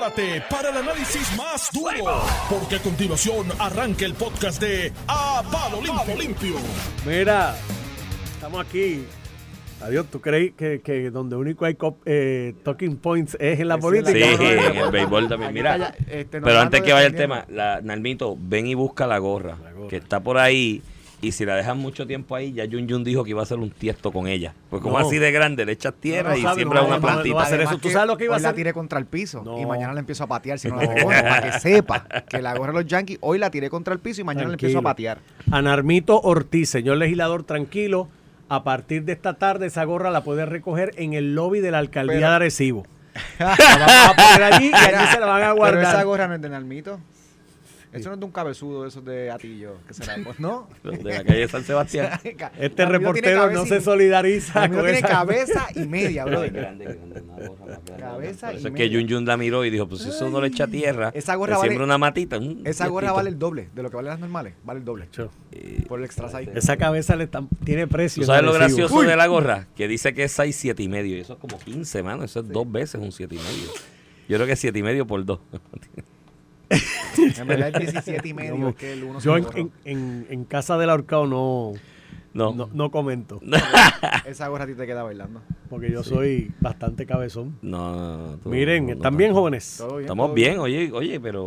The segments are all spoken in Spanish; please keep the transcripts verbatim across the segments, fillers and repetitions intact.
Prepárate para el análisis más duro, porque a continuación arranca el podcast de A Palo Limpio. Limpio. Mira, estamos aquí. Adiós, ¿tú crees que, que donde único hay cop, eh, talking points es en la Sí, política? la- Sí, en el béisbol también. Mira, Aquí está ya, este, pero Normando antes que vaya el defendiendo. tema, la, Nalmito, ven y busca la gorra, La gorra. que está por ahí. Y si la dejan mucho tiempo ahí, ya Jun Jun dijo que iba a hacer un tiesto con ella. Pues como No. así de grande, le echas tierra No, no y sabe, siembra no, una no, no, plantita. no va a hacer Además eso. ¿Tú que sabes lo que iba a hoy la hacer? tiré contra el piso No. y mañana la empiezo a patear si no la recojo, para que sepa que la gorra de los Yankees hoy la tiré contra el piso y mañana la empiezo a Tranquilo. patear. A Narmito Ortiz, señor legislador, tranquilo. A partir de esta tarde esa gorra la puede recoger en el lobby de la alcaldía Pero- de Arecibo. La vamos a poner allí y allí se la van a Pero esa guardar. gorra no es de Nalmito. Eso no es de un cabezudo de esos de Atillo, que será, pues, ¿no? De la calle San Sebastián. Este reportero no se solidariza Nalmito con tiene esa. cabeza y media, Pero bro. es grande, grande, una gorra más grande. Cabeza Por y eso es que media. Jun Jun la miró y dijo, pues si eso uno le echa tierra, Esa gorra le vale- siembra una matita. un Esa gorra tiestito. vale el doble de lo que valen las normales. Vale el doble. Eh, Por el extra size. Esa cabeza le está- tiene precio. ¿Tú sabes en lo Arecibo. gracioso Uy. de la gorra? Que dice que es seis, siete y medio. Y eso es como quince, mano. Eso es dos veces un siete y medio. Yo creo que es siete y medio por dos. En verdad es diecisiete y medio. Es que el uno se Yo me en, borró. en, en, en casa del ahorcado no, No. no, no comento, Esa gorra a ti te queda bailando. porque yo soy bastante cabezón. No, no, no, tú- Miren, no, ¿están no, bien, no. jóvenes? Todo bien. Estamos todo bien, oye, oye, pero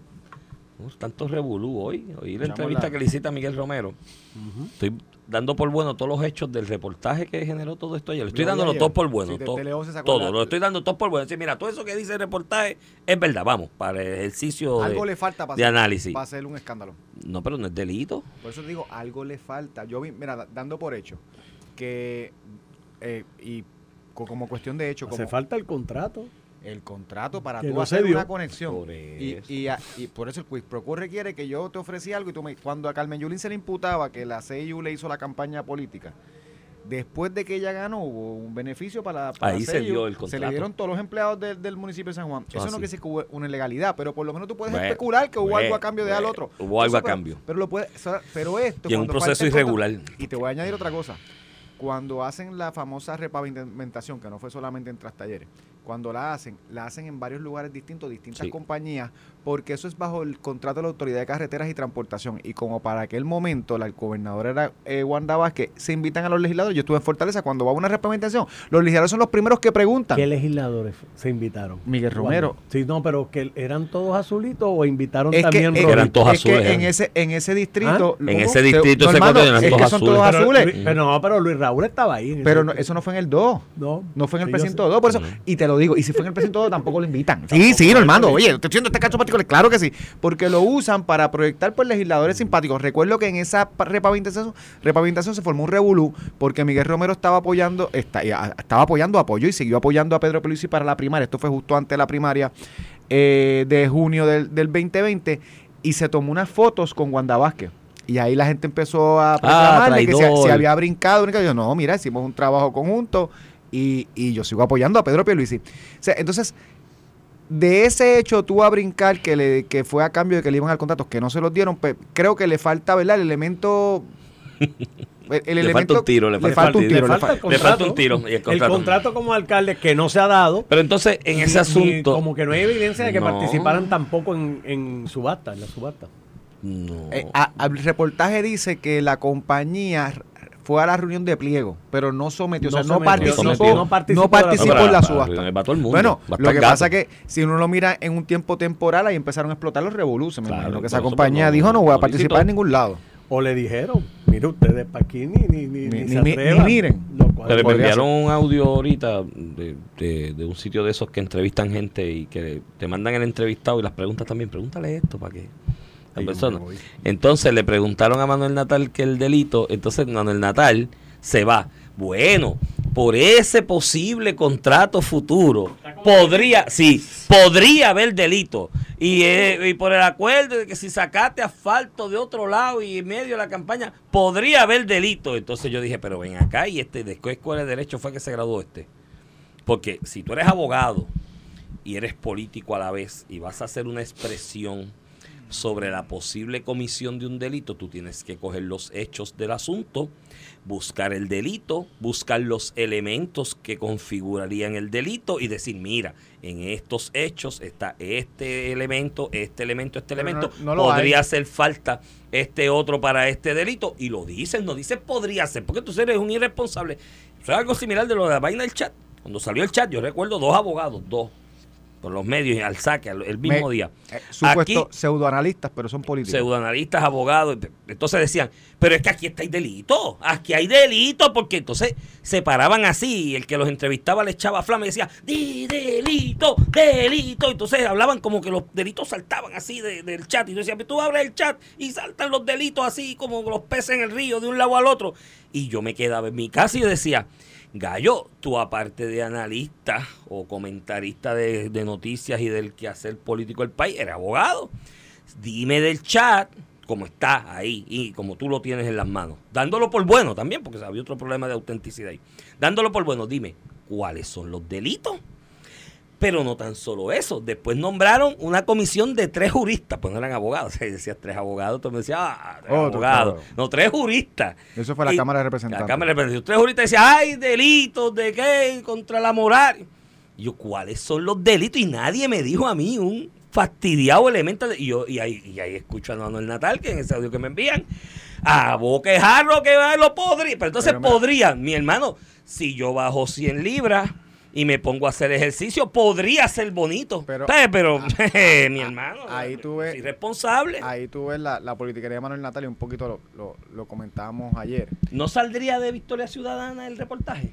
uh, tanto revolú hoy. Oí la Escuchamos entrevista la- que le hiciste a Miguel Romero. Estoy dando por bueno todos los hechos del reportaje que generó todo esto ayer. Le estoy Lo vi dándolo ayer. todo por bueno. Sí, de todo, Tele once sacó todo la- lo estoy dando todo por bueno. Decir, mira, todo eso que dice el reportaje es verdad. Vamos, para el ejercicio de, Algo le falta para de hacer, análisis. para hacer un escándalo. No, pero no es delito. Por eso te digo, algo le falta. Yo vi, mira, da- dando por hecho que, eh, y co- como cuestión de hecho, Hace como falta el contrato. el contrato para Que tú no se hacer dio. una conexión. Por Y, eso. y, a- y por eso el quiz pro quo requiere que yo te ofrecí algo y tú me, cuando a Carmen Yulín se le imputaba que la C I U le hizo la campaña política, después de que ella ganó hubo un beneficio para, para Ahí la se C I U. dio el Se contrato. le dieron todos los empleados del, del municipio de San Juan. Eso Eso no así. quiere decir que hubo una ilegalidad, pero por lo menos tú puedes Bueno, especular que hubo bueno, algo a cambio de al bueno, otro. hubo algo a pero- cambio. Pero, lo puede, pero esto Y en un cuando proceso falta el contrato- irregular. y te voy a añadir otra cosa. Cuando hacen la famosa repavimentación, que no fue solamente en Trastalleres, cuando la hacen, la hacen en varios lugares distintos, distintas Sí. compañías, porque eso es bajo el contrato de la Autoridad de Carreteras y Transportación. Y como para aquel momento la gobernadora era eh, Wanda Vázquez, se invitan a los legisladores. Yo estuve en Fortaleza cuando va a una repavimentación. Los legisladores son los primeros que preguntan. ¿Qué legisladores se invitaron? Miguel Romero. Sí, no, pero que eran todos azulitos o invitaron Es que, también es- Que eran todos es que azules, en ¿eh? ese en ese distrito ¿Ah? En ¿cómo? ese Se- distrito no, ese hermano, cuento eran es todos que son todos azules. Pero, azules. Luis- pero no, pero Luis Raúl estaba ahí. en Pero ese- no, eso no fue en el dos. no, No fue en el sí, yo precinto sé. dos, por eso. Y te lo digo, y si fue en el precinto dos, tampoco lo invitan. Sí, sí, Normando. Oye, estoy haciendo este caso particular. Claro que sí. Porque lo usan para proyectar por legisladores simpáticos. Recuerdo que en esa pa- repavimentación, repavimentación se formó un revolú porque Miguel Romero estaba apoyando, está, eh, a- estaba apoyando, apoyó y siguió apoyando a Pedro Pierluisi para la primaria. Esto fue justo antes de la primaria eh, de junio del, del veinte veinte. Y se tomó unas fotos con Wanda Vázquez. Y ahí la gente empezó a reclamarle que se, traidor. se había brincado, brincado. Y yo, no, mira, hicimos un trabajo conjunto y, y yo sigo apoyando a Pedro Pierluisi. O sea, entonces, de ese hecho tú a brincar que le que fue a cambio de que le iban al contrato, que no se los dieron, pues, creo que le falta, ¿verdad? El elemento... El, el Le elemento, falta un tiro, le falta falta un un tiro. Le le falta fa- el contrato. Le falta un tiro y el El contrato. contrato como alcalde que no se ha dado. Pero entonces, en ese ni- asunto... ni como que no hay evidencia de que No. participaran tampoco en, en subasta, en la subasta. No. Eh, a- al reportaje dice que la compañía r- fue a la reunión de pliego, pero no sometió, o sea, No no, sometió, participó, no sometió. no participó participó, de la en la subasta. subasta. Para- para todo el mundo. Bueno, Va a lo estar que gato. pasa es que si uno lo mira en un tiempo temporal, ahí empezaron a explotar los revoluciones. Me Claro, imagino que por esa eso, compañía pues, no, dijo, no voy a no participar licitó. en ningún lado. O le dijeron, mire ustedes para aquí ni, ni, ni, Ni- ni ni- se ni- atrevan. ni miren. Lo cual- Pero me podría enviaron un audio ahorita de, de, de un sitio de esos que entrevistan gente y que te mandan el entrevistado y las preguntas también. Pregúntale esto para que la Ay, yo persona. me voy. Entonces le preguntaron a Manuel Natal que el delito, entonces Manuel Natal se va. Bueno, por ese posible contrato futuro podría, sí, podría haber delito. Y, eh, y por el acuerdo de que si sacaste asfalto de otro lado y en medio de la campaña, podría haber delito. Entonces yo dije, pero ven acá, y este, ¿de qué escuela de derecho fue que se graduó este? Porque si tú eres abogado y eres político a la vez y vas a hacer una expresión sobre la posible comisión de un delito, tú tienes que coger los hechos del asunto, buscar el delito, buscar los elementos que configurarían el delito y decir, mira, en estos hechos está este elemento, este elemento, este Pero elemento, no- no lo podría hay. hacer falta este otro para este delito, y lo dicen, no dicen podría ser, porque tú eres un irresponsable. Eso es algo similar de lo de la vaina del chat. Cuando salió el chat, yo recuerdo dos abogados, dos, por los medios, al saque, al- el mismo Me- día. Eh, supuesto Aquí, pseudoanalistas, pero son políticos. pseudoanalistas, abogados, entonces decían, pero es que aquí está el delito, aquí hay delito, porque entonces se paraban así, y el que los entrevistaba le echaba flama y decía, di delito, delito, entonces hablaban como que los delitos saltaban así de- del chat, y yo decía, tú abres el chat y saltan los delitos así como los peces en el río de un lado al otro, y yo me quedaba en mi casa y yo decía, Gallo, tú aparte de analista o comentarista de, de noticias y del quehacer político del país, eres abogado. Dime del chat, como está ahí y como tú lo tienes en las manos, dándolo por bueno también, porque había otro problema de autenticidad ahí. Dándolo por bueno, dime, ¿cuáles son los delitos? Pero no tan solo eso, después nombraron una comisión de tres juristas, pues no eran abogados, se decía tres abogados, tú me decías, ah, tres Otro, abogados, claro. no, tres juristas. Eso fue la Y Cámara de Representantes. La Cámara de Representantes. Tres juristas decían, hay delitos de qué, contra la moral. Y yo, ¿cuáles son los delitos? Y nadie me dijo a mí un fastidiado elemento. De, y yo y ahí, y ahí escucho a Manuel Natal, que en ese audio que me envían, a boquejarlo que va, lo podría. Pero entonces Pero mira, podrían, mi hermano, si yo bajo cien libras y me pongo a hacer ejercicio, podría ser bonito. Pero- Pero, pero mi hermano, ahí tú ves- soy irresponsable. Ahí tú ves la, la politiquería de Manuel Natal y un poquito lo, lo, lo comentábamos ayer. ¿No saldría de Victoria Ciudadana el reportaje?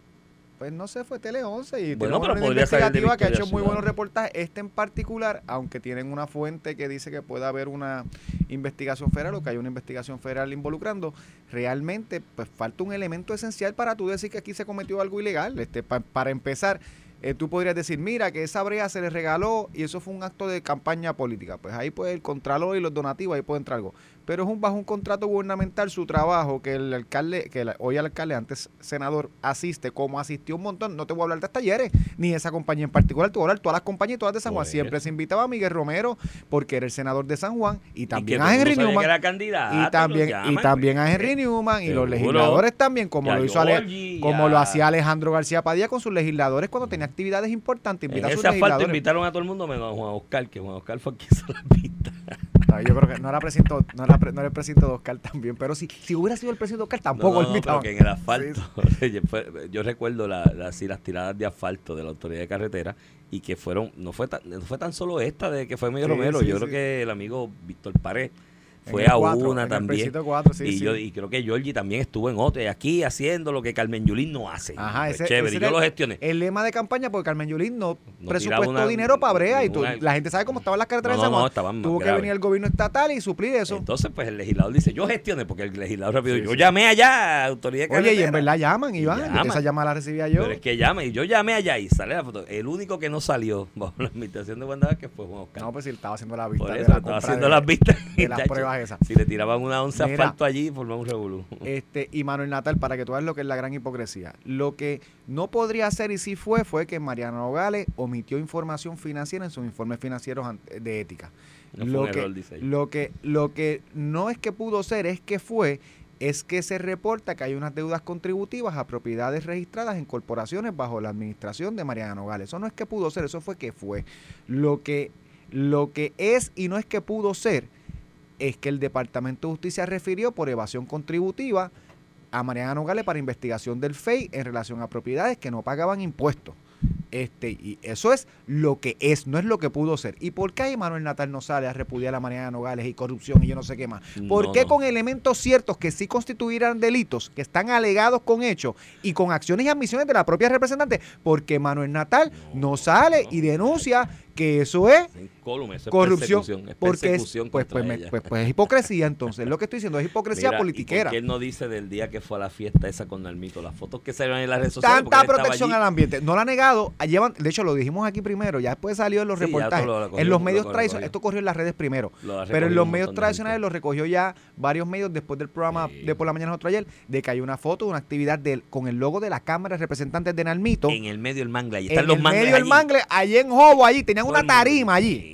Pues no sé, fue Tele once y Bueno, tiene pero una podría salir de investigativa que ha Victoria hecho muy buenos Ciudadana. reportajes. Este en particular, aunque tienen una fuente que dice que puede haber una investigación federal o que hay una investigación federal involucrando, realmente pues falta un elemento esencial para tú decir que aquí se cometió algo ilegal. Este, pa- para empezar, eh, tú podrías decir, mira, que esa brea se le regaló y eso fue un acto de campaña política. Pues ahí pues el contralor y los donativos, ahí puede entrar algo. Pero es un bajo un contrato gubernamental su trabajo, que el alcalde, que el, hoy el alcalde, antes senador, asiste, como asistió un montón. No te voy a hablar de talleres, ni de esa compañía en particular, te voy a hablar de todas las compañías, todas de San Juan. Pues. Siempre se invitaba a Miguel Romero, porque era el senador de San Juan, y también que a todo el Henry mundo sabía Newman. que era candidato, Y también, lo y llaman, también a pues. Henry Newman y los Seguro. legisladores también, como Y a lo hizo Ale- Giorgi, como y lo a- hacía Alejandro García Padilla con sus legisladores cuando tenía actividades importantes. En Invita a sus ese asfalto legisladores. invitaron a todo el mundo menos a Juan Oscar, que Juan Oscar fue quien hizo la pista. No, yo creo que no era presidente, no era, pre- no era el presidente de Oscar también, pero si, si hubiera sido el presidente de Oscar tampoco no, lo no, invitaban. pero que en el asfalto. yo, fue- yo recuerdo la, la- sí, las tiradas de asfalto de la autoridad de carretera y que fueron, no fue tan, no fue tan solo esta de que fue Miguel Sí, Romero, sí, yo sí. creo que el amigo Víctor Pared En fue el a cuatro, una en el también. precinto cuatro, sí, y sí. yo y creo que Giorgi también estuvo en otra y aquí haciendo lo que Carmen Yulín no hace. Ajá, Pues ese, chévere, ese y era yo lo el- gestioné. El lema de campaña, porque Carmen Yulín no, No presupuestó tiraba una- dinero para brea y tú- una- la gente sabe cómo estaban las carreteras No, de San no, Juan. no, estaban más Tuvo que graves. venir el gobierno estatal y suplir eso. Entonces, pues el legislador dice, yo gestioné, porque el legislador rápido, Sí, yo sí. llamé allá a autoridad de Oye, y carretera. en verdad llaman, Iván. Y Yo llaman. esa llamada la recibía yo. Pero es que llame, y yo llamé allá y sale la foto. El único que no salió bajo la invitación de Wanda que fue Juan Oscar. No, pues si él estaba haciendo la vista Por de eso la estaba compra haciendo de- las vistas. de las Chacho, pruebas esas. Si le tiraban una onza de Mira. asfalto allí, formaba un revolú. Este, y Manuel Natal, para que tú veas lo que es la gran hipocresía. Lo que no podría hacer y sí fue, fue que Mariano Nogales omitió información financiera en sus informes financieros an- de ética. No fue lo, un que, error, dice ella. lo, que, lo que no es que pudo ser, es que fue, es que se reporta que hay unas deudas contributivas a propiedades registradas en corporaciones bajo la administración de Mariano Nogales. Eso no es que pudo ser, eso fue que fue. Lo que, lo que es y no es que pudo ser, es que el Departamento de Justicia refirió por evasión contributiva a Mariana Nogales para investigación del F E I en relación a propiedades que no pagaban impuestos. Este, y eso es lo que es, no es lo que pudo ser. ¿Y por qué ahí Manuel Natal no sale a repudiar a Mariana Nogales y corrupción y yo no sé qué más? ¿Por No, qué no. con elementos ciertos que sí constituirán delitos, que están alegados con hechos y con acciones y admisiones de la propia representante? Porque Manuel Natal no, No, sale no. y denuncia que eso es Es incólume, eso es corrupción, persecución, es porque es, persecución pues, contra pues, me- ella. pues, pues es hipocresía entonces, lo que estoy diciendo es hipocresía Mira, ¿y politiquera. por qué él no dice del día que fue a la fiesta esa con Nalmito? Las fotos que salieron en las redes sociales. Tanta porque él estaba protección allí. al ambiente, no la ha negado, ah, llevan, de hecho lo dijimos aquí primero, ya después salió en los Sí, ya reportajes, todo lo recogió, en los lo medios recogió. tradicionales, esto corrió en las redes primero, Lo ha pero en recogido los un medios montón de tradicionales gente. lo recogió ya varios medios después del programa Sí. de por la mañana otro ayer, de que hay una foto de una actividad del, con el logo de la Cámara de Representantes de Nalmito, En el medio del mangle. Ahí en están los el mangles medio del allí. mangle, allí en Jobo, allí, tenían Todo una el mundo. tarima allí. Sí.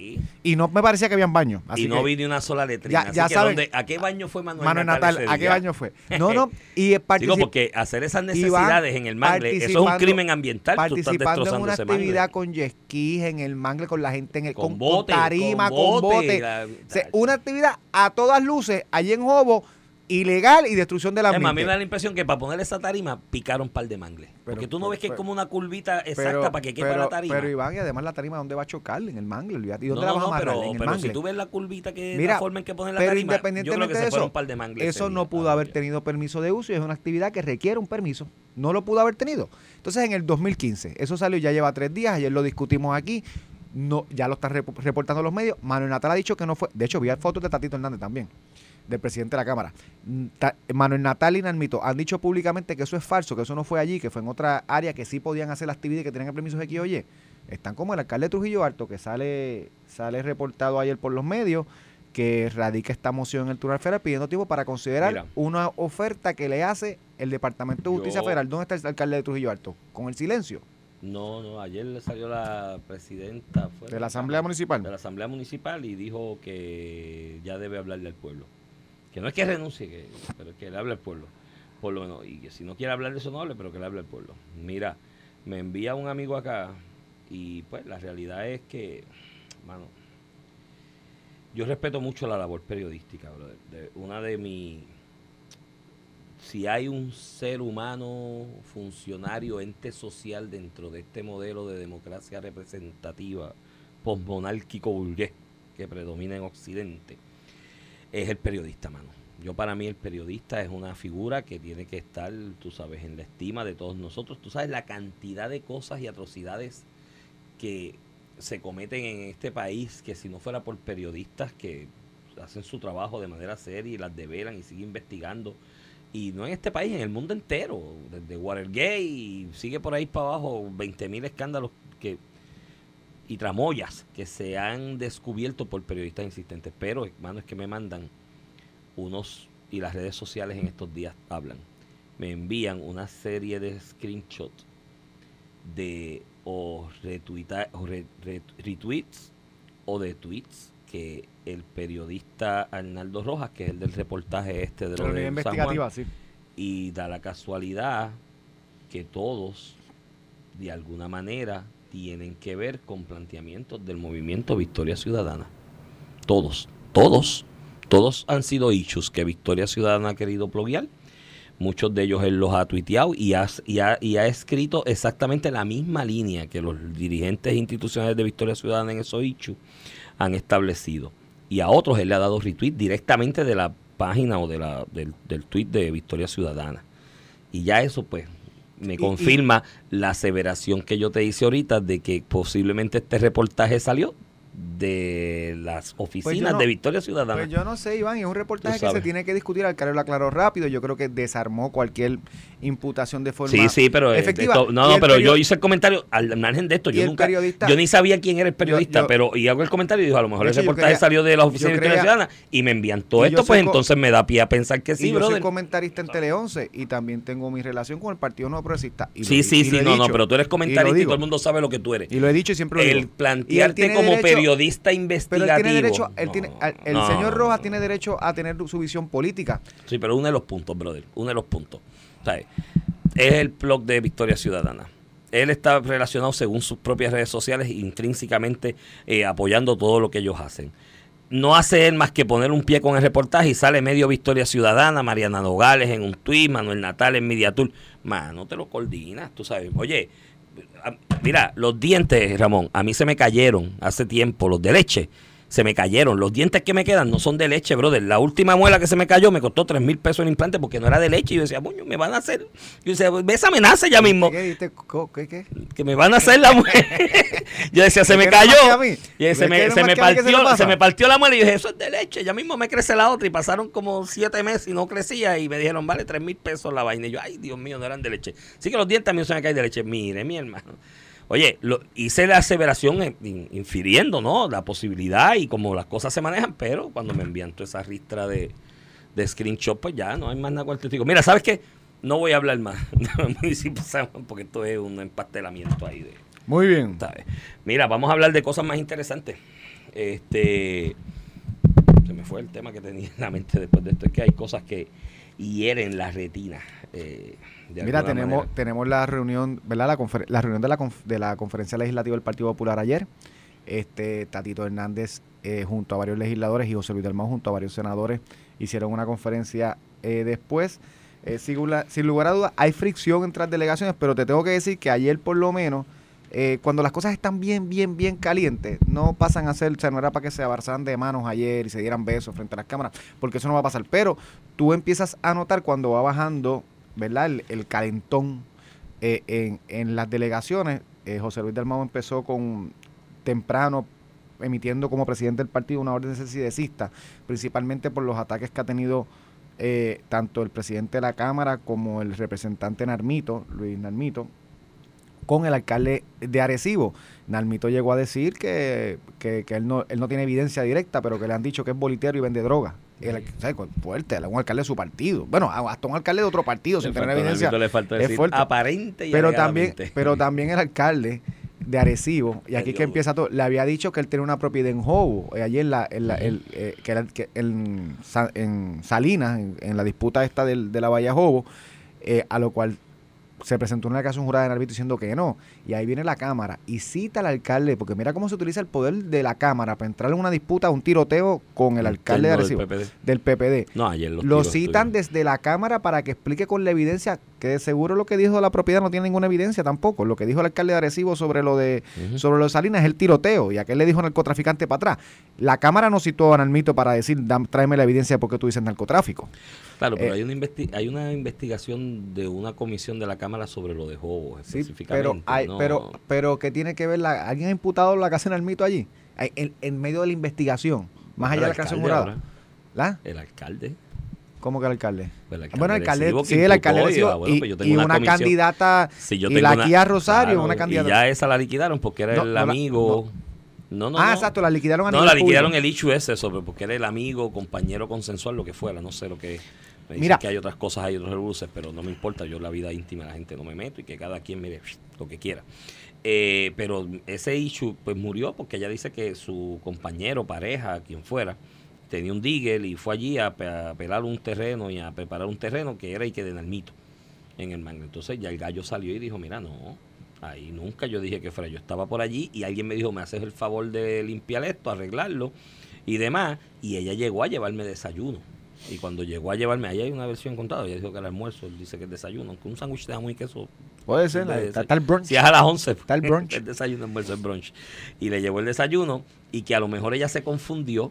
y no me parecía que habían baños. Y no vi ni una sola letrina. Ya, así ya que saben, ¿dónde, ¿a qué baño fue Manuel, Manuel Natal? Natal ¿a qué baño fue? No, no, y particip- Digo, porque hacer esas necesidades en el mangle, eso es un crimen ambiental. Participando tú estás en una actividad con jet skis en el mangle, con la gente en el, con, con, bote, con tarima, con bote. Con bote. La, o sea, una actividad a todas luces, allí en Jobo, ilegal y destrucción de la ambiente. A mí me da la imprsión que para poner esa tarima picaron un par de mangles. Pero, porque tú no ves que pero, es como una curvita exacta pero, para que quepa pero, la tarima. Pero Iván, y además la tarima, ¿dónde va a chocar? En el mangle. ¿Y dónde no, la vas no, a amarrar? Pero, en el pero mangle. Si tú ves la curvita que Mira, la forma en que ponen la pero tarima, independientemente yo creo que de se eso, fueron un par de mangles. Eso no pudo haber tenido permiso de uso y es una actividad que requiere un permiso. No lo pudo haber tenido. Entonces, en el dos mil quince, eso salió, ya lleva tres días, ayer lo discutimos aquí. No, ya lo están rep- reportando los medios. Manuel Natal ha dicho que no fue. De hecho, vi fotos de Tatito Hernández también, del presidente de la Cámara. Ta- Manuel Natal y Nalmito han dicho públicamente que eso es falso, que eso no fue allí, que fue en otra área, que sí podían hacer la actividad y que tenían el permiso de X o Y. Están como el alcalde de Trujillo Alto, que sale sale reportado ayer por los medios, que radica esta moción en el Tribunal Federal pidiendo tiempo para considerar Mira, una oferta que le hace el Departamento de Justicia yo, Federal. ¿Dónde está el alcalde de Trujillo Alto? Con el silencio. No, no, ayer le salió la presidenta fue de la Asamblea Municipal. De la Asamblea Municipal y dijo que ya debe hablarle al pueblo. Que no es que renuncie, que, pero que le hable al pueblo. Por lo menos, y que si no quiere hablar de eso no hable, pero que le hable al pueblo. Mira, me envía un amigo acá y pues la realidad es que, mano, yo respeto mucho la labor periodística, brother. De, una de mis... Si hay un ser humano, funcionario, ente social dentro de este modelo de democracia representativa posmonárquico burgués que predomina en Occidente, es el periodista, mano. Yo para mí el periodista es una figura que tiene que estar, tú sabes, en la estima de todos nosotros. Tú sabes la cantidad de cosas y atrocidades que se cometen en este país, que si no fuera por periodistas que hacen su trabajo de manera seria y las develan y siguen investigando, y no en este país, en el mundo entero, desde Watergate y sigue por ahí para abajo, veinte mil escándalos que y tramoyas que se han descubierto por periodistas insistentes. Pero, hermano, es que me mandan unos, y las redes sociales en estos días hablan, me envían una serie de screenshots de o, retuita, o re, re, retweets o de tweets que el periodista Arnaldo Rojas, que es el del reportaje este de lo de investigativa, sí. Y da la casualidad que todos, de alguna manera, tienen que ver con planteamientos del movimiento Victoria Ciudadana. Todos, todos, todos han sido issues que Victoria Ciudadana ha querido bloquear. Muchos de ellos él los ha tuiteado y ha, y, ha, y ha escrito exactamente la misma línea que los dirigentes institucionales de Victoria Ciudadana en esos issues han establecido. Y a otros él le ha dado retweet directamente de la página o de la del, del tweet de Victoria Ciudadana. Y ya eso pues me y, confirma y, la aseveración que yo te hice ahorita de que posiblemente este reportaje salió de las oficinas pues no, de Victoria Ciudadana. Pues yo no sé, Iván, es un reportaje que se tiene que discutir. El alcalde lo aclaró rápido. Yo creo que desarmó cualquier imputación de forma sí, sí, pero efectiva. Esto, no, no, pero yo hice el comentario al margen de esto. Yo nunca, yo ni sabía quién era el periodista, yo, yo, pero y hago el comentario y dijo, a lo mejor el reportaje creía, salió de las oficinas de Victoria Ciudadana y me envían todo esto, pues entonces me da pie a pensar que sí, y brother. Yo soy comentarista en Tele once y también tengo mi relación con el Partido Nuevo Progresista. Y sí, lo, sí, y sí, lo no, dicho, no, pero tú eres comentarista y, y todo el mundo sabe lo que tú eres. Y lo he dicho y siempre lo digo. El plantearte como derecho, periodista investigativo. Pero él tiene derecho, él no, tiene, el no, señor Rojas tiene derecho a tener su visión política. Sí, pero uno de los puntos, brother, uno de los puntos. ¿Sabes? Es el blog de Victoria Ciudadana. Él está relacionado según sus propias redes sociales, intrínsecamente eh, apoyando todo lo que ellos hacen. No hace él más que poner un pie con el reportaje y sale medio Victoria Ciudadana, Mariana Nogales en un tuit, Manuel Natal en Mediatur. Mano, te lo coordinas, tú sabes. Oye, mira, los dientes, Ramón, a mí se me cayeron hace tiempo, los de leche. Se me cayeron. Los dientes que me quedan no son de leche, brother. La última muela que se me cayó me costó tres mil pesos el implante porque no era de leche. Y yo decía, muño, me van a hacer. Yo decía, esa me nace ya mismo. ¿Qué, qué, qué, qué? Que me van a hacer la muela. Yo decía, se me cayó. Y se me, se me partió, se, se me partió la muela y yo dije, eso es de leche. Ya mismo me crece la otra. Y pasaron como siete meses y no crecía. Y me dijeron, vale, tres mil pesos la vaina. Y yo, ay, Dios mío, no eran de leche. Sí que los dientes a mí se me caen de leche. Mire, mi hermano. Oye, lo, hice la aseveración in, infiriendo, ¿no? La posibilidad y cómo las cosas se manejan, pero cuando me envían toda esa ristra de, de screenshot, pues ya no hay más nada con el testigo. Mira, ¿sabes qué? No voy a hablar más del municipio de San Juan porque esto es un empastelamiento ahí de... Muy bien. ¿sabes? Mira, vamos a hablar de cosas más interesantes. Este, se me fue el tema que tenía en la mente después de esto. Es que hay cosas que hieren la retina. Eh, de Mira, tenemos manera. tenemos la reunión, ¿verdad? La, confer- la reunión de la, conf- de la Conferencia Legislativa del Partido Popular ayer. Este Tatito Hernández eh, junto a varios legisladores y José Luis Dalmau junto a varios senadores hicieron una conferencia eh, después. Eh, sin, la, sin lugar a dudas, hay fricción entre las delegaciones, pero te tengo que decir que ayer por lo menos, eh, cuando las cosas están bien, bien, bien calientes, no pasan a ser, o sea, no era para que se abrazaran de manos ayer y se dieran besos frente a las cámaras, porque eso no va a pasar. Pero tú empiezas a notar cuando va bajando, ¿verdad? El, el calentón eh, en, en las delegaciones. Eh, José Luis Dalmau empezó con temprano emitiendo como presidente del partido una orden decidecista, principalmente por los ataques que ha tenido eh, tanto el presidente de la Cámara como el representante Narmito, Luis Narmito, con el alcalde de Arecibo. Narmito llegó a decir que, que, que él, no, él no tiene evidencia directa, pero que le han dicho que es bolitero y vende droga. El, ¿sabes? Fuerte, un alcalde de su partido. Bueno, hasta un alcalde de otro partido sin tener evidencia. Le falta decir es fuerte. Aparente y pero también, alegadamente. pero también el alcalde de Arecibo, y aquí que empieza todo, le había dicho que él tenía una propiedad en Jobo, eh, allí en la, en la el, eh, que era que en, en Salinas, en, en la disputa esta del, de la Bahía Jobo, eh, a lo cual se presentó una declaración jurada de Narmito diciendo que no, y ahí viene la Cámara y cita al alcalde, porque mira cómo se utiliza el poder de la Cámara para entrar en una disputa, un tiroteo con el alcalde de Arecibo, del P P D. del P P D. No, ayer los lo tiros citan estuvieron. desde la Cámara para que explique con la evidencia, que de seguro lo que dijo de la propiedad no tiene ninguna evidencia tampoco. Lo que dijo el alcalde de Arecibo sobre lo de Uh-huh. sobre lo de Salinas es el tiroteo, y aquel le dijo narcotraficante para atrás. La Cámara no citó a Narmito para decir, tráeme la evidencia porque tú dices narcotráfico. Claro, pero Eh, hay una investi- hay una investigación de una comisión de la Cámara sobre lo de Jobo, Sí, específicamente. pero, hay, no- pero, pero ¿qué tiene que ver? La, ¿Alguien ha imputado la casa de Narmito allí? Hay- En, en medio de la investigación, más allá de el la declaración alcalde jurada. ahora, ¿La? El alcalde. ¿Cómo que el alcalde? El alcalde Bueno, el de alcalde, Arecibo que sí, el alcalde imputó, de Arecibo, y, ah, bueno, y, pues yo tengo y una una, comisión. candidata, Sí, yo y tengo la una- Kia Rosario, claro, una candidata. Y ya esa la liquidaron porque era No, el no la- amigo. No, no, ah, no. exacto, la liquidaron a No, nivel la liquidaron público. el issue ese sobre porque era el amigo, compañero consensual, lo que fuera, no sé lo que. Me dicen Mira. que hay otras cosas, hay otros rebuses, pero no me importa, yo en la vida íntima de la gente no me meto y que cada quien mire lo que quiera. Eh, pero ese issue pues murió porque ella dice que su compañero, pareja, quien fuera, tenía un digger y fue allí a, pe- a pelar un terreno y a preparar un terreno que era y que de Narmito en el mango. Entonces ya el gallo salió y dijo, mira, no, ahí nunca yo dije que fuera. Yo estaba por allí y alguien me dijo, me haces el favor de limpiar esto, arreglarlo y demás. Y ella llegó a llevarme desayuno. Y cuando llegó a llevarme, ahí hay una versión contada, ella dijo que era almuerzo, él dice que es desayuno, aunque un sándwich de jamón y queso. Puede ser, de- está, está el brunch. Si es a las once, Está el brunch. el desayuno, almuerzo, el brunch. Y le llevó el desayuno y que a lo mejor ella se confundió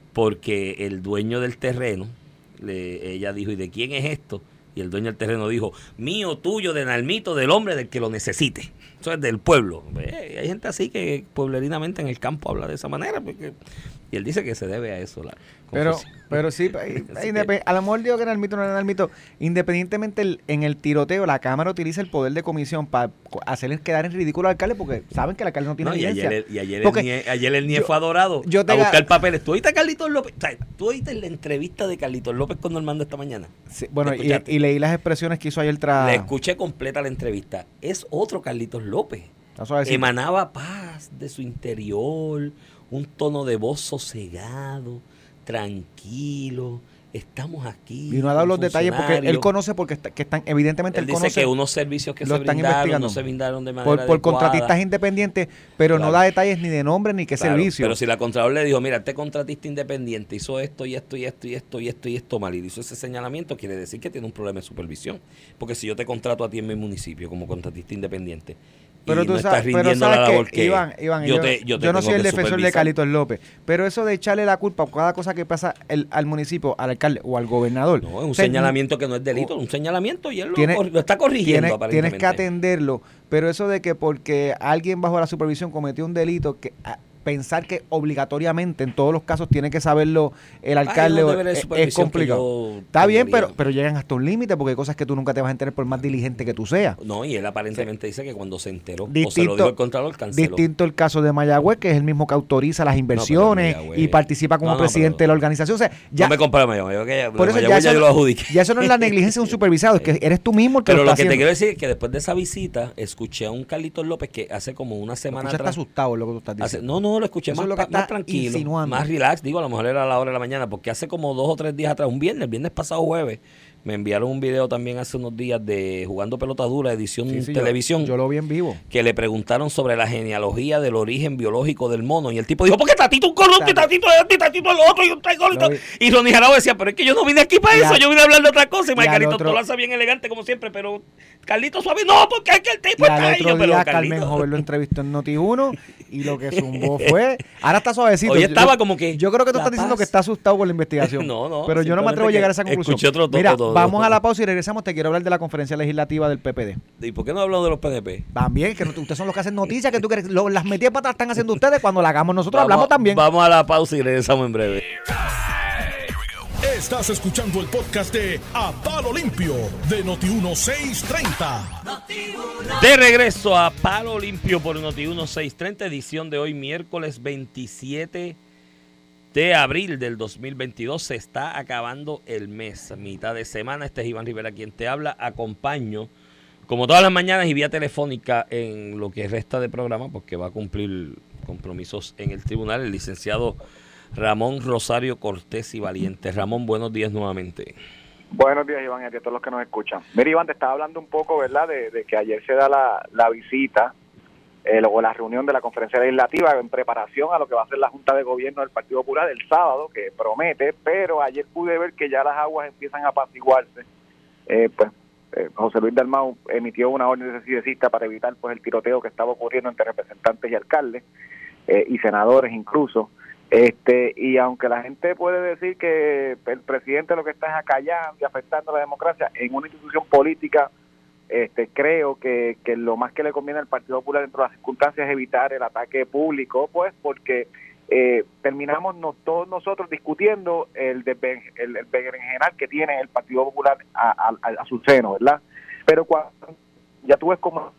porque el dueño del terreno, le, ella dijo, ¿y de quién es esto? Y el dueño del terreno dijo, mío, tuyo, de Narmito, del hombre del que lo necesite. Eso es del pueblo. Eh, hay gente así que pueblerinamente en el campo habla de esa manera. Porque, y él dice que se debe a eso. La Pero, confusión. pero sí, ahí- Así ahí que- independ- a lo mejor digo que Narmito no era Narmito. Independientemente el- en el tiroteo, la Cámara utiliza el poder de comisión para hacerles quedar en ridículo al alcalde porque saben que el alcalde no tiene No, y evidencia. ayer, el- y ayer Porque el NIE, ayer el NIE yo- fue adorado yo te a ga- buscar papeles. ¿Tú oíste a Carlitos López? O sea, ¿tú oíste la entrevista de Carlitos López con Normando esta mañana? Sí, bueno, ¿La y, escuchaste? y leí las expresiones que hizo ayer tras... La escuché completa la entrevista. Es otro Carlitos López. tras suavecito. Emanaba paz de su interior, un tono de voz sosegado, tranquilo. Estamos aquí. Y no ha dado un los detalles porque él funcionario. conoce porque está- que están evidentemente Él él, dice conoce que unos servicios que lo se están brindaron investigando no se brindaron de manera por, por adecuada. contratistas independientes, pero no Claro. da detalles ni de nombre ni qué Claro, servicio. Pero si la Contralor le dijo, mira, este contratista independiente hizo esto y esto y esto y esto y esto y esto mal y hizo ese señalamiento, quiere decir que tiene un problema de supervisión. Porque si yo te contrato a ti en mi municipio como contratista independiente Pero y tú no sabes, estás pero rindiendo la sabes labor que, que Iván, Iván, yo, yo, te, yo, te yo no tengo soy el que defensor de supervisar. Carlitos López, pero eso de echarle la culpa a cada cosa que pasa el- al municipio, al alcalde o al gobernador. No, es un o sea, señalamiento que no es delito, es un señalamiento y él lo, Tiene- corri- lo está corrigiendo Tienes, aparentemente. tienes que atenderlo, pero eso de que porque alguien bajo la supervisión cometió un delito, que a- pensar que obligatoriamente en todos los casos tiene que saberlo el alcalde unos o- deberes de es, es supervisión complicado. que yo Está bien, tendría. pero pero llegan hasta un límite porque hay cosas que tú nunca te vas a enterar por más diligente que tú seas. No, y él aparentemente dice que cuando se enteró o se Distinto- lo dijo el Contralor, canceló. Distinto el caso de Mayagüez, que es el mismo que autoriza las inversiones Mayagüez- y participa como No, no, presidente pero- de la organización. O sea, ya, no me compara Mayagüez, que por eso ya Mayagüez ya eso, yo lo adjudiqué. ya eso no es la negligencia de un supervisado, es que eres tú mismo el que Pero lo lo está que te haciendo. quiero decir es que después de esa visita, escuché a un Carlitos López que hace como una semana Escucha, está atrás. asustado lo que tú estás hace- diciendo. no, no, mejor lo escuché Eso más, es lo que pa- más está tranquilo, insinuando. más relax. Digo, a lo mejor era a la hora de la mañana, porque hace como dos o tres días atrás, un viernes, el viernes pasado jueves, me enviaron un video también hace unos días de Jugando Pelota Dura, edición Sí, sí, yo- televisión. Yo, lo vi en vivo. Que le preguntaron sobre la genealogía del origen biológico del mono. Y el tipo dijo, porque Tatito un corrupto y Tatito es este y Tatito el otro y un traidor. Y Ronnie Jarabo decía, pero es que yo no vine aquí para Y eso, a- yo vine a hablar de otra cosa. Y y al Margarito otro- Tolaza bien elegante como siempre, pero Carlito Suave, no, porque es que el tipo Y está al ahí. otro Yo, pero día Carlito- Carmen Joven lo entrevistó en Noti uno y lo que zumbó fue... Ahora está suavecito. Hoy Yo- estaba yo- como que, Yo creo que tú la estás diciendo paz. que está asustado con la investigación. No, no, Pero yo no me atrevo a simplemente llegar a esa que conclusión. escuché otro tono, Mira, todo. vamos a la pausa y regresamos. Te quiero hablar de la conferencia legislativa del P P D. ¿Y por qué no hablamos de los P N P? También, que no- ustedes son los que hacen noticias, que tú crees, lo- las metidas patas están haciendo ustedes, cuando la hagamos nosotros Vamos- hablamos también. Vamos a la pausa y regresamos en breve. Estás escuchando el podcast de A Palo Limpio de Noti uno seiscientos treinta. De regreso a Palo Limpio por Noti uno seiscientos treinta, edición de hoy, miércoles veintisiete de abril del dos mil veintidós. Se está acabando el mes, mitad de semana. Este es Iván Rivera quien te habla. Acompaño, como todas las mañanas y vía telefónica, en lo que resta de programa, porque va a cumplir compromisos en el tribunal, el licenciado Ramón Rosario Cortés y Valiente. Ramón, buenos días nuevamente. Buenos días, Iván, y a todos los que nos escuchan. Mira, Iván, te estaba hablando un poco, ¿verdad?, de, de que ayer se da la, la visita eh, o la reunión de la conferencia legislativa en preparación a lo que va a ser la Junta de Gobierno del Partido Popular el sábado, que promete, pero ayer pude ver que ya las aguas empiezan a apaciguarse. Eh, pues eh, José Luis Dalmau emitió una orden de cesista para evitar pues el tiroteo que estaba ocurriendo entre representantes y alcaldes eh, y senadores incluso. Este y aunque la gente puede decir que el presidente lo que está es acallando y afectando la democracia en una institución política, este creo que, que lo más que le conviene al Partido Popular dentro de las circunstancias es evitar el ataque público, pues porque eh, terminamos nos, todos nosotros discutiendo el de el, el berenjenal que tiene el Partido Popular a, a, a su seno, ¿verdad? Pero cuando ya tú ves como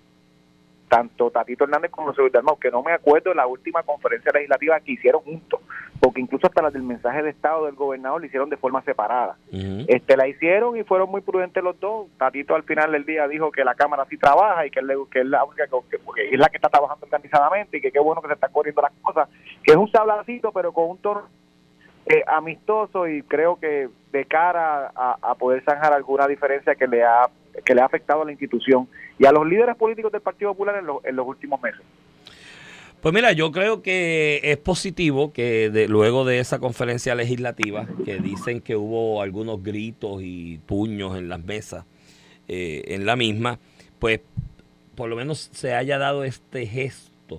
tanto Tatito Hernández como José Luis Dalmau, que no me acuerdo de la última conferencia legislativa que hicieron juntos, porque incluso hasta las del mensaje de Estado del gobernador la hicieron de forma separada. Uh-huh. Este la hicieron y fueron muy prudentes los dos. Tatito al final del día dijo que la Cámara sí trabaja y que, él, que es la única que, que es la que está trabajando organizadamente y que qué bueno que se están corriendo las cosas, que es un sablacito pero con un tono eh, amistoso y creo que de cara a, a poder zanjar alguna diferencia que le ha que le ha afectado a la institución y a los líderes políticos del Partido Popular en, lo, en los últimos meses. Pues mira, yo creo que es positivo que de, luego de esa conferencia legislativa, que dicen que hubo algunos gritos y puños en las mesas, eh, en la misma, pues por lo menos se haya dado este gesto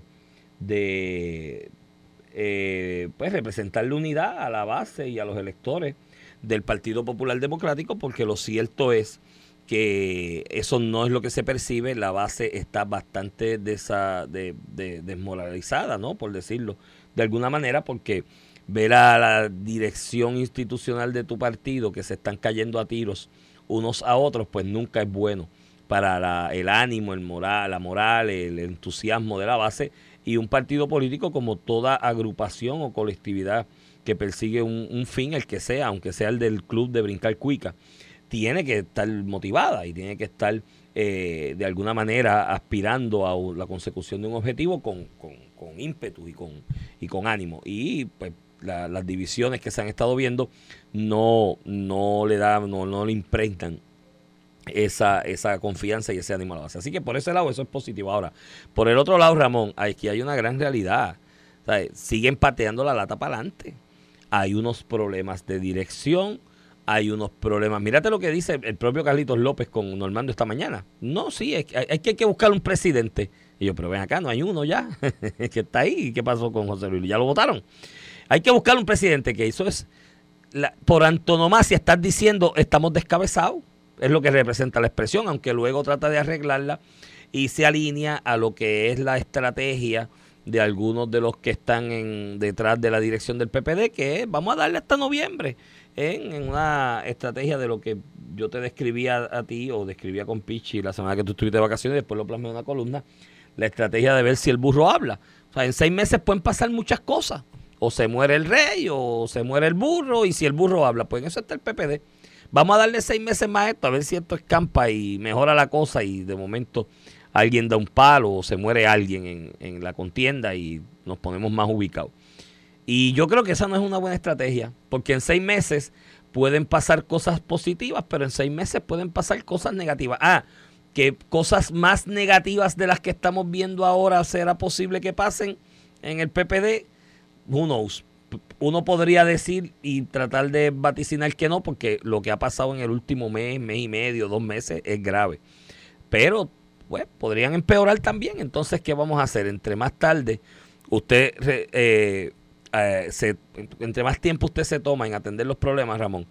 de eh, pues representar la unidad a la base y a los electores del Partido Popular Democrático, porque lo cierto es que eso no es lo que se percibe. La base está bastante desa, de, de, desmoralizada, ¿no?, por decirlo de alguna manera, porque ver a la dirección institucional de tu partido que se están cayendo a tiros unos a otros, pues nunca es bueno para la, el ánimo, el moral, la moral, el entusiasmo de la base, y un partido político, como toda agrupación o colectividad que persigue un, un fin, el que sea, aunque sea el del club de brincar cuica, tiene que estar motivada y tiene que estar eh, de alguna manera aspirando a la consecución de un objetivo con, con, con ímpetu y con, y con ánimo. Y pues la, las divisiones que se han estado viendo no, no le dan, no, no le impregnan esa, esa confianza y ese ánimo a la base. Así que por ese lado eso es positivo. Ahora, por el otro lado, Ramón, aquí hay una gran realidad. ¿Sabes? Siguen pateando la lata para adelante. Hay unos problemas de dirección. Hay unos problemas. Mírate lo que dice el propio Carlitos López con Normando esta mañana. No, sí, hay, hay, hay que buscar un presidente. Y yo, pero ven acá, no hay uno ya que está ahí. ¿Qué pasó con José Luis? ¿Ya lo votaron? Hay que buscar un presidente, que eso es, la, por antonomasia, estás diciendo estamos descabezados. Es lo que representa la expresión, aunque luego trata de arreglarla y se alinea a lo que es la estrategia de algunos de los que están en, detrás de la dirección del P P D, que es, vamos a darle hasta noviembre. En, en una estrategia de lo que yo te describía a ti o describía con Pichi la semana que tú estuviste de vacaciones y después lo plasmé en una columna, la estrategia de ver si el burro habla. O sea, en seis meses pueden pasar muchas cosas. O se muere el rey o se muere el burro, y si el burro habla, pues en eso está el P P D. Vamos a darle seis meses más a esto, a ver si esto escampa y mejora la cosa y de momento alguien da un palo o se muere alguien en, en la contienda y nos ponemos más ubicados. Y yo creo que esa no es una buena estrategia, porque en seis meses pueden pasar cosas positivas, pero en seis meses pueden pasar cosas negativas. Ah, que cosas más negativas de las que estamos viendo ahora será posible que pasen en el P P D, who knows. Uno podría decir y tratar de vaticinar que no, porque lo que ha pasado en el último mes, mes y medio, dos meses, es grave. Pero, pues, podrían empeorar también. Entonces, ¿qué vamos a hacer? Entre más tarde, usted, eh, eh, se, entre más tiempo usted se toma en atender los problemas, Ramón,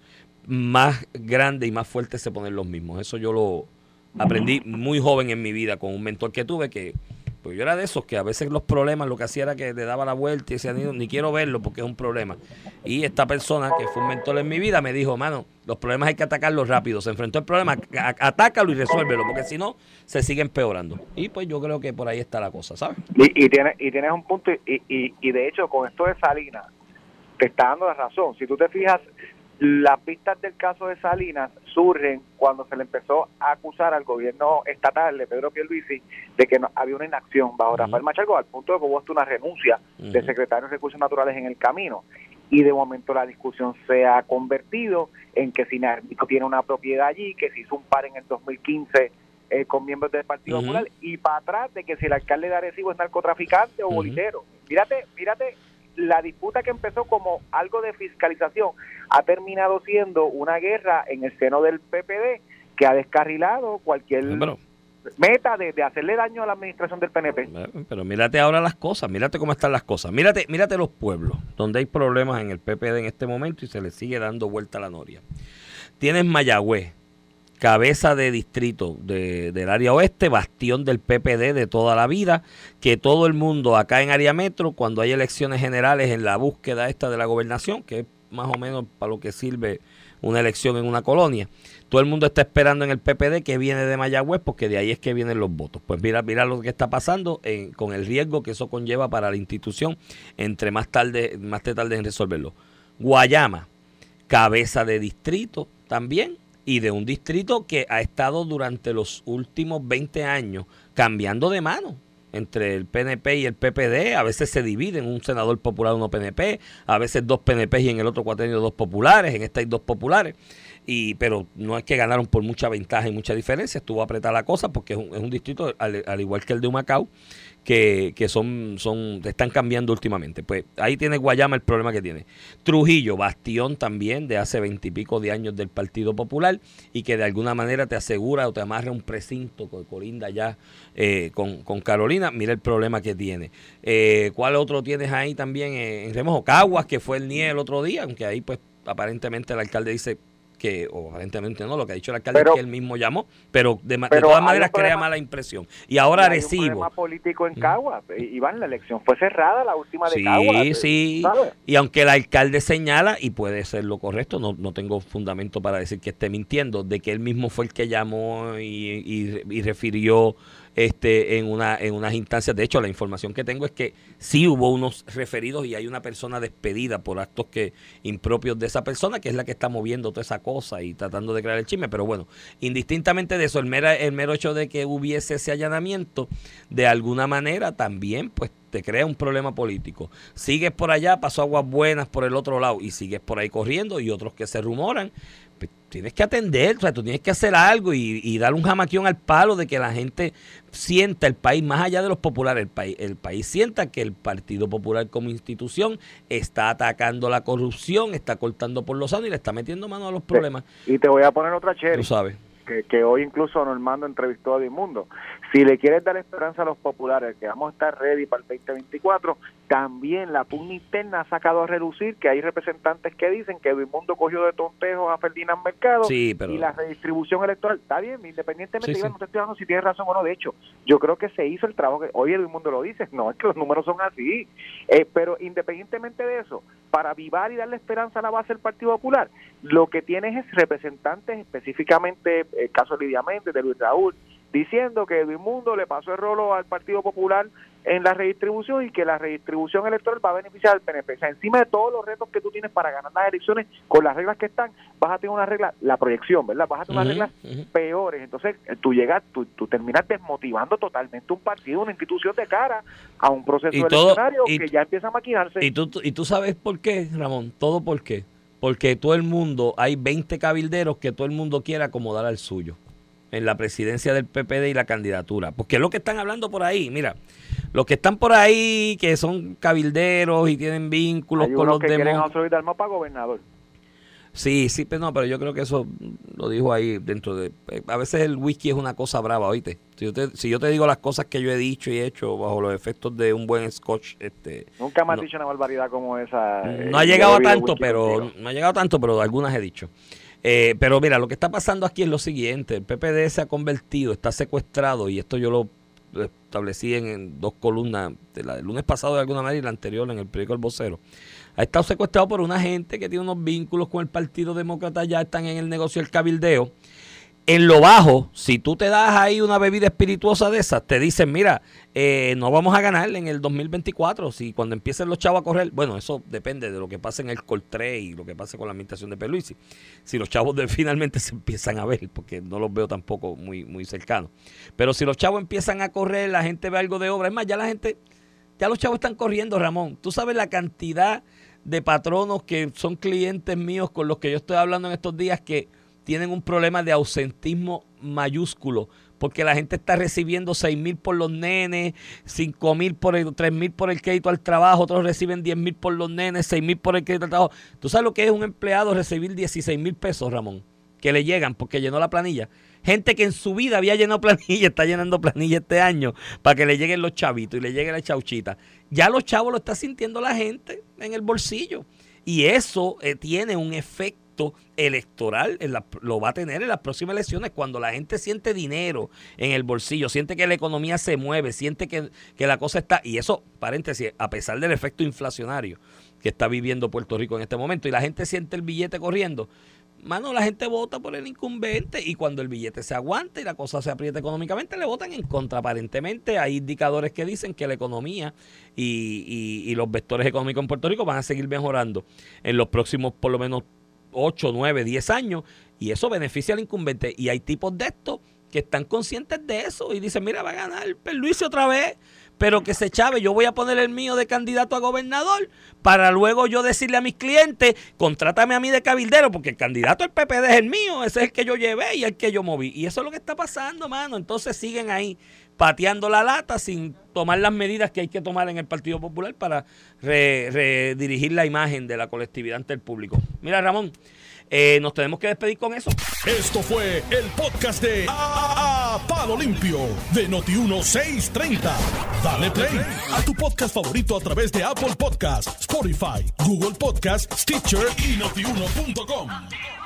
más grande y más fuerte se ponen los mismos. Eso yo lo aprendí muy joven en mi vida con un mentor que tuve que... Pues yo era de esos que a veces los problemas lo que hacía era que le daba la vuelta y decía, ni, ni quiero verlo porque es un problema. Y esta persona que fue un mentor en mi vida me dijo, mano, los problemas hay que atacarlos rápido. Se enfrentó al problema, a, atácalo y resuélvelo, porque si no, se sigue empeorando. Y pues yo creo que por ahí está la cosa, ¿sabes? Y, y, tienes, y tienes un punto, y, y, y de hecho con esto de Salinas, te está dando la razón. Si tú te fijas, las pistas del caso de Salinas surgen cuando se le empezó a acusar al gobierno estatal de Pedro Pierluisi de que no, había una inacción bajo uh-huh. Rafael Machargo, al punto de que hubo hasta una renuncia uh-huh. del secretario de Recursos Naturales en el camino. Y de momento la discusión se ha convertido en que si Narmico tiene una propiedad allí, que se hizo un par en el dos mil quince eh, con miembros del Partido uh-huh. Popular, y para atrás de que si el alcalde de Arecibo es narcotraficante o uh-huh. bolitero. Mírate, mírate. La disputa que empezó como algo de fiscalización ha terminado siendo una guerra en el seno del P P D que ha descarrilado cualquier pero, meta de, de hacerle daño a la administración del P N P. Pero mírate ahora las cosas, mírate cómo están las cosas, mírate, mírate los pueblos donde hay problemas en el P P D en este momento y se le sigue dando vuelta a la noria. Tienes Mayagüez, cabeza de distrito de, del área oeste, bastión del P P D de toda la vida, que todo el mundo acá en área metro, cuando hay elecciones generales en la búsqueda esta de la gobernación, que es más o menos para lo que sirve una elección en una colonia, todo el mundo está esperando en el P P D que viene de Mayagüez, porque de ahí es que vienen los votos. Pues mira, mira lo que está pasando en, con el riesgo que eso conlleva para la institución, entre más tarde, más te tarde en resolverlo. Guayama, cabeza de distrito también, y de un distrito que ha estado durante los últimos veinte años cambiando de mano entre el P N P y el P P D. A veces se dividen, un senador popular, uno P N P, a veces dos P N P y en el otro cuatrenio dos populares, en esta hay dos populares. Y pero no es que ganaron por mucha ventaja y mucha diferencia, estuvo apretada la cosa porque es un, es un distrito, al, al igual que el de Humacao, que, que son, son, están cambiando últimamente. Pues ahí tiene Guayama el problema que tiene. Trujillo, bastión también de hace veintipico de años del Partido Popular y que de alguna manera te asegura o te amarra un precinto que colinda ya eh, con, con Carolina. Mira el problema que tiene. Eh, ¿Cuál otro tienes ahí también eh, en Remojo? Caguas, que fue el N I E el otro día, aunque ahí pues aparentemente el alcalde dice que, o aparentemente no, lo que ha dicho el alcalde pero, es que él mismo llamó, pero de, pero de todas maneras crea mala impresión. Y ahora Arecibo. Hay un problema político en Caguas, Iván, la elección fue cerrada, la última de sí, Caguas. Sí, sí, ¿sabes? Y aunque el alcalde señala, y puede ser lo correcto, no, no tengo fundamento para decir que esté mintiendo, de que él mismo fue el que llamó y, y, y refirió este en una en unas instancias. De hecho, la información que tengo es que sí hubo unos referidos y hay una persona despedida por actos que impropios de esa persona, que es la que está moviendo toda esa cosa y tratando de crear el chisme. Pero bueno, indistintamente de eso, el mero, el mero hecho de que hubiese ese allanamiento, de alguna manera también pues te crea un problema político. Sigues por allá, pasó Aguas Buenas por el otro lado y sigues por ahí corriendo, y otros que se rumoran. Pues tienes que atender, o sea, tú tienes que hacer algo y, y dar un jamaquión al palo de que la gente sienta el país, más allá de los populares, el país, el país sienta que el Partido Popular como institución está atacando la corrupción, está cortando por los años y le está metiendo mano a los problemas. Y te voy a poner otra cherry. Tú sabes. Que, que hoy incluso Normando entrevistó a Edmundo. Si le quieres dar esperanza a los populares que vamos a estar ready para el veinte veinticuatro, también la pugna interna ha sacado a relucir que hay representantes que dicen que Edmundo cogió de tontejo a Ferdinand Mercado, sí, pero... y la redistribución electoral. Está bien, independientemente, sí, Iván, sí. no te estoy hablando si tienes razón o no. De hecho, yo creo que se hizo el trabajo que hoy Edmundo lo dice. No, es que los números son así. Eh, pero independientemente de eso, para avivar y darle esperanza a la base del Partido Popular, lo que tienes es representantes, específicamente el caso de Lidia Méndez, de Luis Raúl, diciendo que Edmundo le pasó el rolo al Partido Popular en la redistribución y que la redistribución electoral va a beneficiar al P N P. O sea, encima de todos los retos que tú tienes para ganar las elecciones, con las reglas que están, vas a tener una regla, la proyección, ¿verdad? Vas a tener unas Uh-huh, reglas uh-huh. peores. Entonces, tú llegas, tú, tú terminas desmotivando totalmente un partido, una institución de cara a un proceso Y todo- eleccionario y- que ya empieza a maquinarse. ¿Y tú, tú- ¿Y tú sabes por qué, Ramón? ¿Todo por qué? Porque todo el mundo, hay veinte cabilderos que todo el mundo quiere acomodar al suyo en la presidencia del P P D y la candidatura. Porque es lo que están hablando por ahí. Mira, los que están por ahí, que son cabilderos y tienen vínculos Hay con unos los que quieren a demás. José Luis Dalmau para gobernador. Sí, sí, pero no, pero yo creo que eso lo dijo ahí dentro de... A veces el whisky es una cosa brava, ¿oíste? Si yo te, si yo te digo las cosas que yo he dicho y he hecho bajo los efectos de un buen scotch, este... Nunca me has no, dicho una barbaridad como esa. eh, no ha yo llegado a he bebido tanto, whisky pero contigo. no ha llegado a tanto, pero algunas he dicho. Eh, pero mira, lo que está pasando aquí es lo siguiente: el P P D se ha convertido, está secuestrado, y esto yo lo establecí en, en dos columnas, de la del lunes pasado de alguna manera y la anterior en el periódico El Vocero. Ha estado secuestrado por una gente que tiene unos vínculos con el Partido Demócrata, ya están en el negocio del cabildeo. En lo bajo, si tú te das ahí una bebida espirituosa de esas, te dicen, mira, eh, no vamos a ganar en el dos mil veinticuatro, si cuando empiecen los chavos a correr, bueno, eso depende de lo que pase en el Coltré y lo que pase con la administración de Pierluisi. Si los chavos de, finalmente se empiezan a ver, porque no los veo tampoco muy, muy cercanos. Pero si los chavos empiezan a correr, la gente ve algo de obra, es más, ya la gente, ya los chavos están corriendo, Ramón. Tú sabes la cantidad de patronos que son clientes míos con los que yo estoy hablando en estos días que tienen un problema de ausentismo mayúsculo, porque la gente está recibiendo seis mil por los nenes, cinco mil por el, tres mil por el crédito al trabajo, otros reciben diez mil por los nenes, seis mil por el crédito al trabajo. ¿Tú sabes lo que es un empleado recibir dieciséis mil pesos, Ramón? Que le llegan porque llenó la planilla. Gente que en su vida había llenado planilla, está llenando planilla este año para que le lleguen los chavitos y le llegue la chauchita. Ya los chavos lo está sintiendo la gente en el bolsillo. Y eso eh, tiene un efecto electoral, en la, lo va a tener en las próximas elecciones, cuando la gente siente dinero en el bolsillo, siente que la economía se mueve, siente que, que la cosa está, y eso, paréntesis, a pesar del efecto inflacionario que está viviendo Puerto Rico en este momento, y la gente siente el billete corriendo, mano, la gente vota por el incumbente, y cuando el billete se aguanta y la cosa se aprieta económicamente, le votan en contra. Aparentemente hay indicadores que dicen que la economía y, y, y los vectores económicos en Puerto Rico van a seguir mejorando en los próximos por lo menos ocho, nueve, diez años, y eso beneficia al incumbente. Y hay tipos de estos que están conscientes de eso y dicen, mira, va a ganar Pierluisi otra vez, pero que se chave, yo voy a poner el mío de candidato a gobernador para luego yo decirle a mis clientes, contrátame a mí de cabildero, porque el candidato del P P D es el mío, ese es el que yo llevé y el que yo moví. Y eso es lo que está pasando, mano. Entonces siguen ahí pateando la lata sin tomar las medidas que hay que tomar en el Partido Popular para re, redirigir la imagen de la colectividad ante el público. Mira, Ramón, eh, nos tenemos que despedir con eso. Esto fue el podcast de A, A Palo Limpio de Noti uno seiscientos treinta. Dale play a tu podcast favorito a través de Apple Podcasts, Spotify, Google Podcasts, Stitcher y notiuno punto com.